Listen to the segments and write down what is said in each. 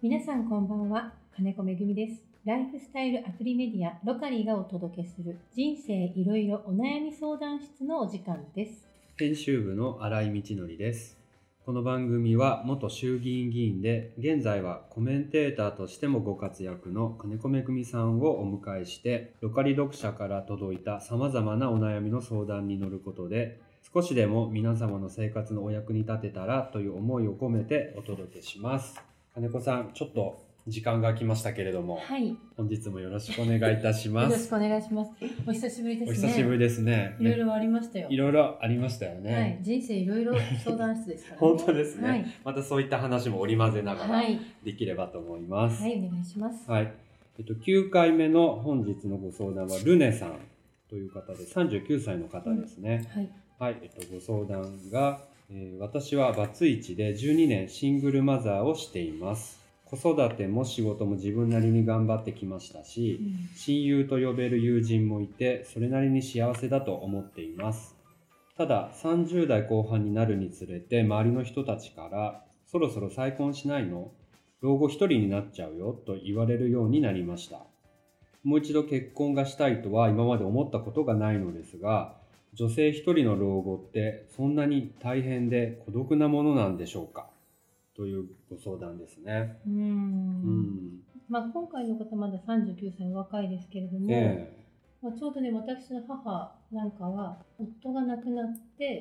皆さんこんばんは、金子めぐみです。ライフスタイルアプリメディアロカリがお届けする人生いろいろお悩み相談室のお時間です。 編集部の新井道則です。この番組は元衆議院議員で現在はコメンテーターとしてもご活躍の金子めぐみさんをお迎えして、ロカリ読者から届いた様々なお悩みの相談に乗ることで、少しでも皆様の生活のお役に立てたらという思いを込めてお届けします。金子さん、ちょっと時間が空きましたけれども、 はい、 本日もよろしくお願いいたします。 よろしくお願いします。お久しぶりですね。 お久しぶりですね。 いろいろありましたよ。 いろいろありましたよね。 はい、人生いろいろ相談室ですからね。 本当ですね、 はい、 またそういった話も織り交ぜながらできればと思います。 はい、お願いします。 はい。9回目の本日のご相談はルネさんという方で39歳の方ですね。はい。ご相談が、私はバツイチで12年シングルマザーをしています。子育ても仕事も自分なりに頑張ってきましたし、親友と呼べる友人もいて、それなりに幸せだと思っています。ただ、30代後半になるにつれて、周りの人たちから、そろそろ再婚しないの？老後一人になっちゃうよと言われるようになりました。もう一度結婚がしたいとは今まで思ったことがないのですが、女性一人の老後ってそんなに大変で孤独なものなんでしょうか？というご相談ですね。 まあ、今回の方まだ39歳若いですけれども、まあ、ちょうどね、私の母なんかは夫が亡くなって、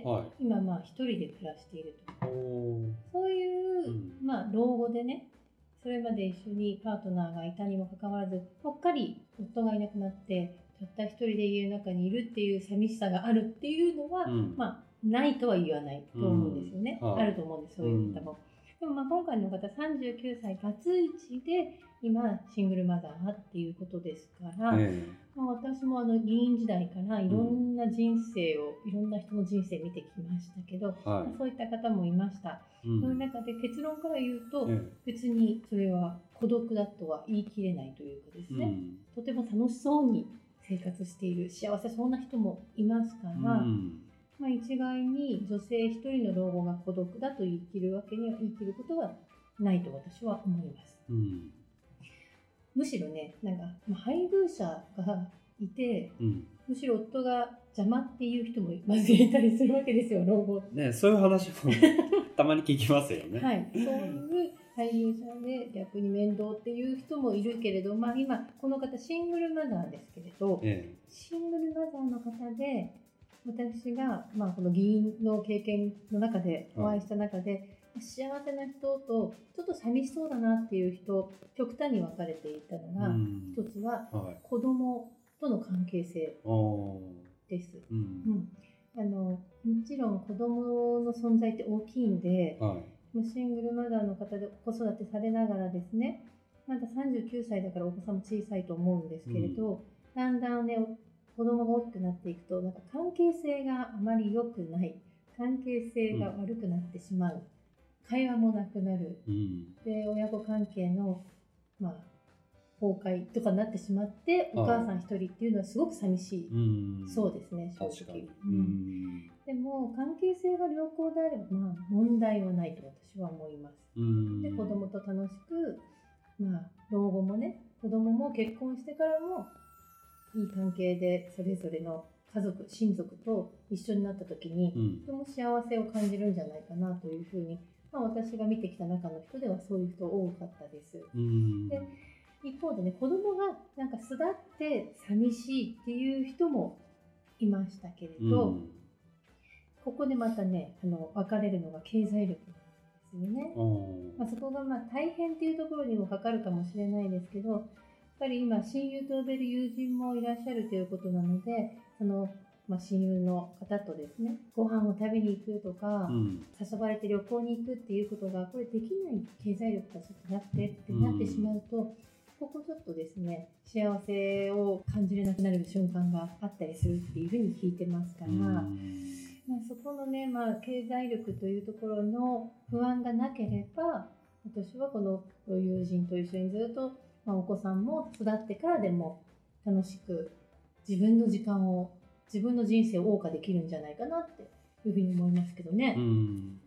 今まあ一人で暮らしていると。そういう、まあ、老後でね、それまで一緒にパートナーがいたにもかかわらず、ぽっかり夫がいなくなってたった一人で家の中にいるっていう寂しさがあるっていうのは、まあないとは言わないと思うんですよね。あると思うんです、そういう方も。でもまあ今回の方39歳バツイチで今シングルマザーっていうことですから、まあ、私も議員時代からいろんな人生を、いろんな人の人生見てきましたけど、まあ、そういった方もいました。そういう中で結論から言うと、別にそれは孤独だとは言い切れないというかですね、とても楽しそうに生活している幸せそうな人もいますから、まあ、一概に女性一人の老後が孤独だと言い切ることはないと私は思います。むしろね、なんか配偶者がいて、むしろ夫が邪魔っていう人もまずいたりするわけですよ、老後ね。そういう話もたまに聞きますよね。 はい、そういう配偶者で逆に面倒っていう人もいるけれど、まあ、今この方シングルマザーですけれど、シングルマザーの方で私が、まあ、この議員の経験の中でお会いした中で、幸せな人とちょっと寂しそうだなっていう人、極端に分かれていたのが、一つは子供との関係性です。もちろん子供の存在って大きいんで、シングルマザーの方で子育てされながらですね、まだ39歳だからお子さんも小さいと思うんですけれど、だんだんね、子供が大きくなっていくと、なんか関係性があまり良くない、関係性が悪くなってしまう、会話もなくなる、で親子関係の、まあ、崩壊とかになってしまって、お母さん一人っていうのはすごく寂しい、そうですね、正直。でも関係性が良好であれば、まあ、問題はないと私は思います。で、子供と楽しく、まあ、老後もね、子供も結婚してからもいい関係でそれぞれの家族、親族と一緒になった時に、とても幸せを感じるんじゃないかなというふうに、まあ、私が見てきた中の人ではそういう人多かったです。で、一方でね、子供がなんか巣立って寂しいっていう人もいましたけれど、ここでまたね、分かれるのが経済力なんですよね。まあ、そこがまあ大変っていうところにもかかるかもしれないですけど、やっぱり今親友と呼べる友人もいらっしゃるということなので、まあ、親友の方とですね、ご飯を食べに行くとか、誘われて旅行に行くっていうことがこれできない経済力がちょっとなくてってなってしまうと、ここちょっとですね、幸せを感じれなくなる瞬間があったりするっていうふうに聞いてますから、まあ、そこのね、まあ、経済力というところの不安がなければ、私はこの友人と一緒にずっと、まあ、お子さんも育ってからでも楽しく自分の時間を、自分の人生を謳歌できるんじゃないかなっていうふうに思いますけどね。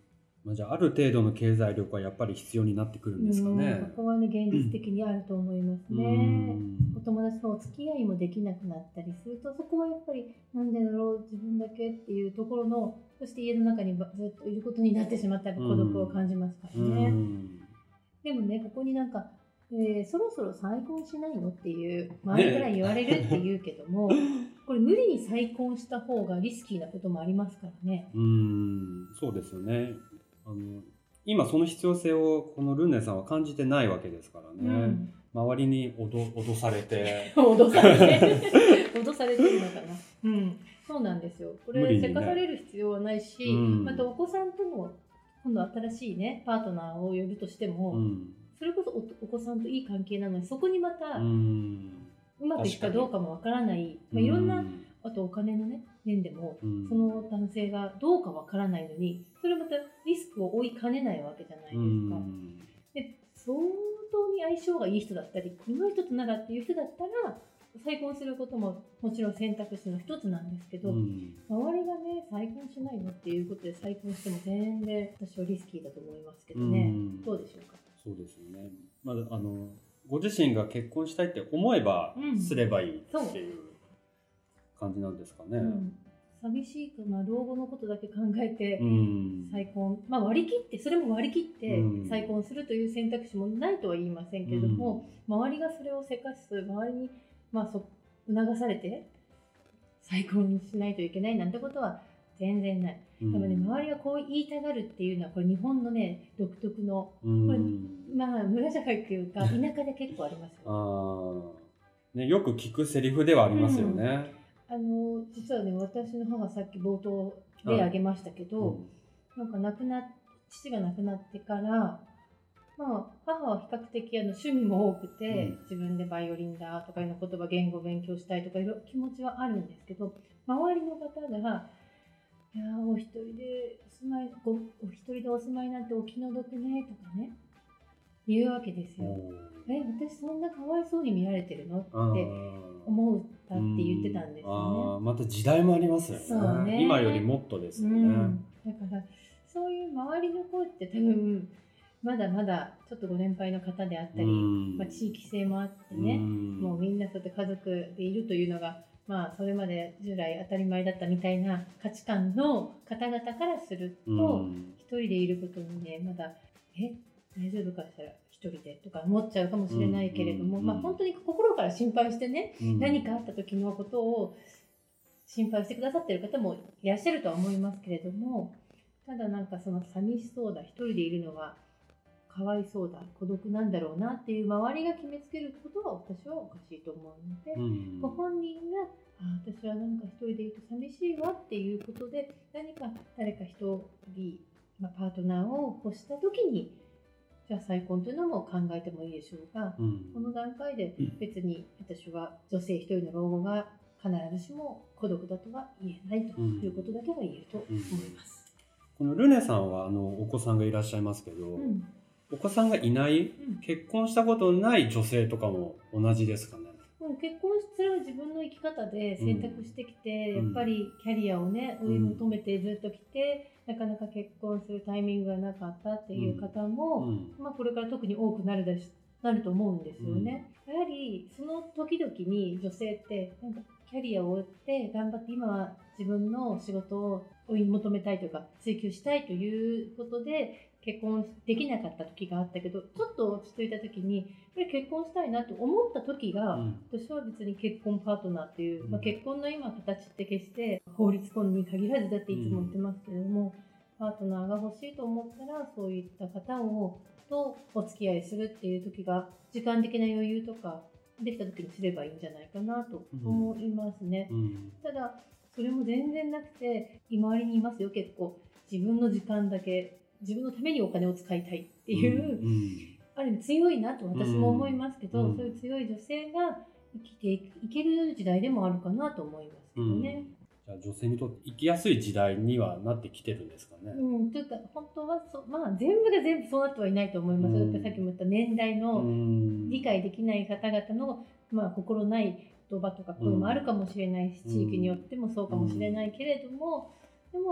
じゃあある程度の経済力はやっぱり必要になってくるんですかね。 ここはね現実的にあると思いますね。お友達とお付き合いもできなくなったりすると、そこはやっぱりなんでだろう自分だけっていうところの、そして家の中にずっといることになってしまったら孤独を感じますからね。でもね、ここになんか、そろそろ再婚しないのっていう周りから言われるっていうけども、これ無理に再婚した方がリスキーなこともありますからね。 そうですよね。今その必要性をこのルネさんは感じてないわけですからね。周りに脅されて脅されて脅されてるのかな。そうなんですよ。これせかされる必要はないし、またお子さんとの今度新しいねパートナーを呼ぶとしても、それこそお子さんといい関係なのに、そこにまたうまくいくかどうかもわからない、いろんな、あとお金のね面でも、その男性がどうかわからないのに、それまたリスクを負いかねないわけじゃないですか。で相当に相性がいい人だったり、この人とならっていう人だったら再婚することももちろん選択肢の一つなんですけど、周りがね再婚しないのっていうことで再婚しても全然私はリスキーだと思いますけどね。どうでしょうか。 そうですよね。ご自身が結婚したいって思えばすればいいっていう感じなんですかね。 寂しいと、老後のことだけ考えて再婚、割り切って、それも割り切って再婚するという選択肢もないとは言いませんけれども、周りがそれをせかす、周りに促されて再婚しないといけないなんてことは全然ない。でもね、周りがこう言いたがるっていうのは、これ日本のね独特の、これ村社会っていうか田舎で結構ありますよね。よく聞くセリフではありますよね。 実はね、私の母さっき冒頭で挙げましたけど、なんか父が亡くなってから、母は比較的趣味も多くて、自分でバイオリンだとかいう言葉、言語勉強したいとかいう気持ちはあるんですけど、周りの方がいやお一人でお住まいなんてお気の毒ねとかね言うわけですよ。私そんなかわいそうに見られてるのって思ったって言ってたんですよね。 また時代もありますよね。そうね、今よりもっとですよね。 だからそういう周りの声って多分まだまだちょっとご年配の方であったり、地域性もあってね、もうみんなそうやって家族でいるというのがそれまで従来当たり前だったみたいな価値観の方々からすると、一人でいることにね、まだ大丈夫かしら一人でとか思っちゃうかもしれないけれども、本当に心から心配してね、何かあった時のことを心配してくださっている方もいらっしゃるとは思いますけれども、ただなんかその寂しそうだ、一人でいるのがかわいそうだ、孤独なんだろうなっていう周りが決めつけることは私はおかしいと思うので、ご本人が私はなんか一人でいると寂しいわっていうことで、誰か一人、パートナーを欲した時にじゃあ再婚というのも考えてもいいでしょうが、この段階で別に私は女性一人の老後が必ずしも孤独だとは言えないということだけは言えると思います。 このルネさんはお子さんがいらっしゃいますけど、お子さんがいない、結婚したことのない女性とかも同じですかね。 結婚する自分の生き方で選択してきて、やっぱりキャリアをね追い求めてずっと来て、なかなか結婚するタイミングがなかったっていう方も、これから特に多くなると思うんですよね。やはりその時々に女性ってなんかキャリアを追って頑張って、今は自分の仕事を追い求めたいというか追求したいということで結婚できなかった時があったけど、ちょっと落ち着いた時にこれ結婚したいなと思った時が、私は別に結婚パートナーっていう、結婚の今形って決して法律婚に限らずだっていつも言ってますけれども、パートナーが欲しいと思ったらそういった方とお付き合いするっていう時が、時間的な余裕とかできた時にすればいいんじゃないかなと思いますね。ただそれも全然なくて、周りにいますよ、結構自分の時間だけ自分のためにお金を使いたいっていう、ある意味強いなと私も思いますけど、そういう強い女性が生きていける時代でもあるかなと思いますけどね。 じゃあ女性にとって生きやすい時代にはなってきてるんですかね。 というか本当は全部が全部そうなってはいないと思います。さっきも言った年代の理解できない方々の、心ない言葉とか声もあるかもしれないし、地域によってもそうかもしれないけれども、でも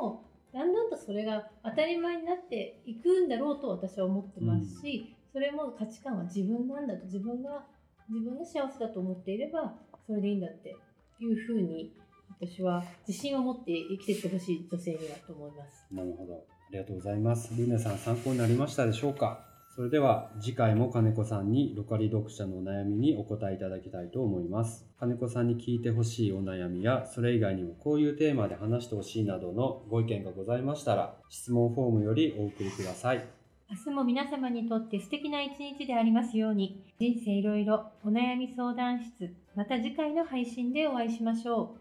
だんだんとそれが当たり前になっていくんだろうと私は思ってますし、それも価値観は自分なんだと、自分が幸せだと思っていればそれでいいんだっていうふうに、私は自信を持って生きていってほしい女性にはと思います。 なるほど、ありがとうございます。ルネさん、参考になりましたでしょうか。それでは次回も金子さんにロカリ読者のお悩みにお答えいただきたいと思います。金子さんに聞いてほしいお悩みや、それ以外にもこういうテーマで話してほしいなどのご意見がございましたら、質問フォームよりお送りください。 明日も皆様にとって素敵な一日でありますように。人生いろいろお悩み相談室、また次回の配信でお会いしましょう。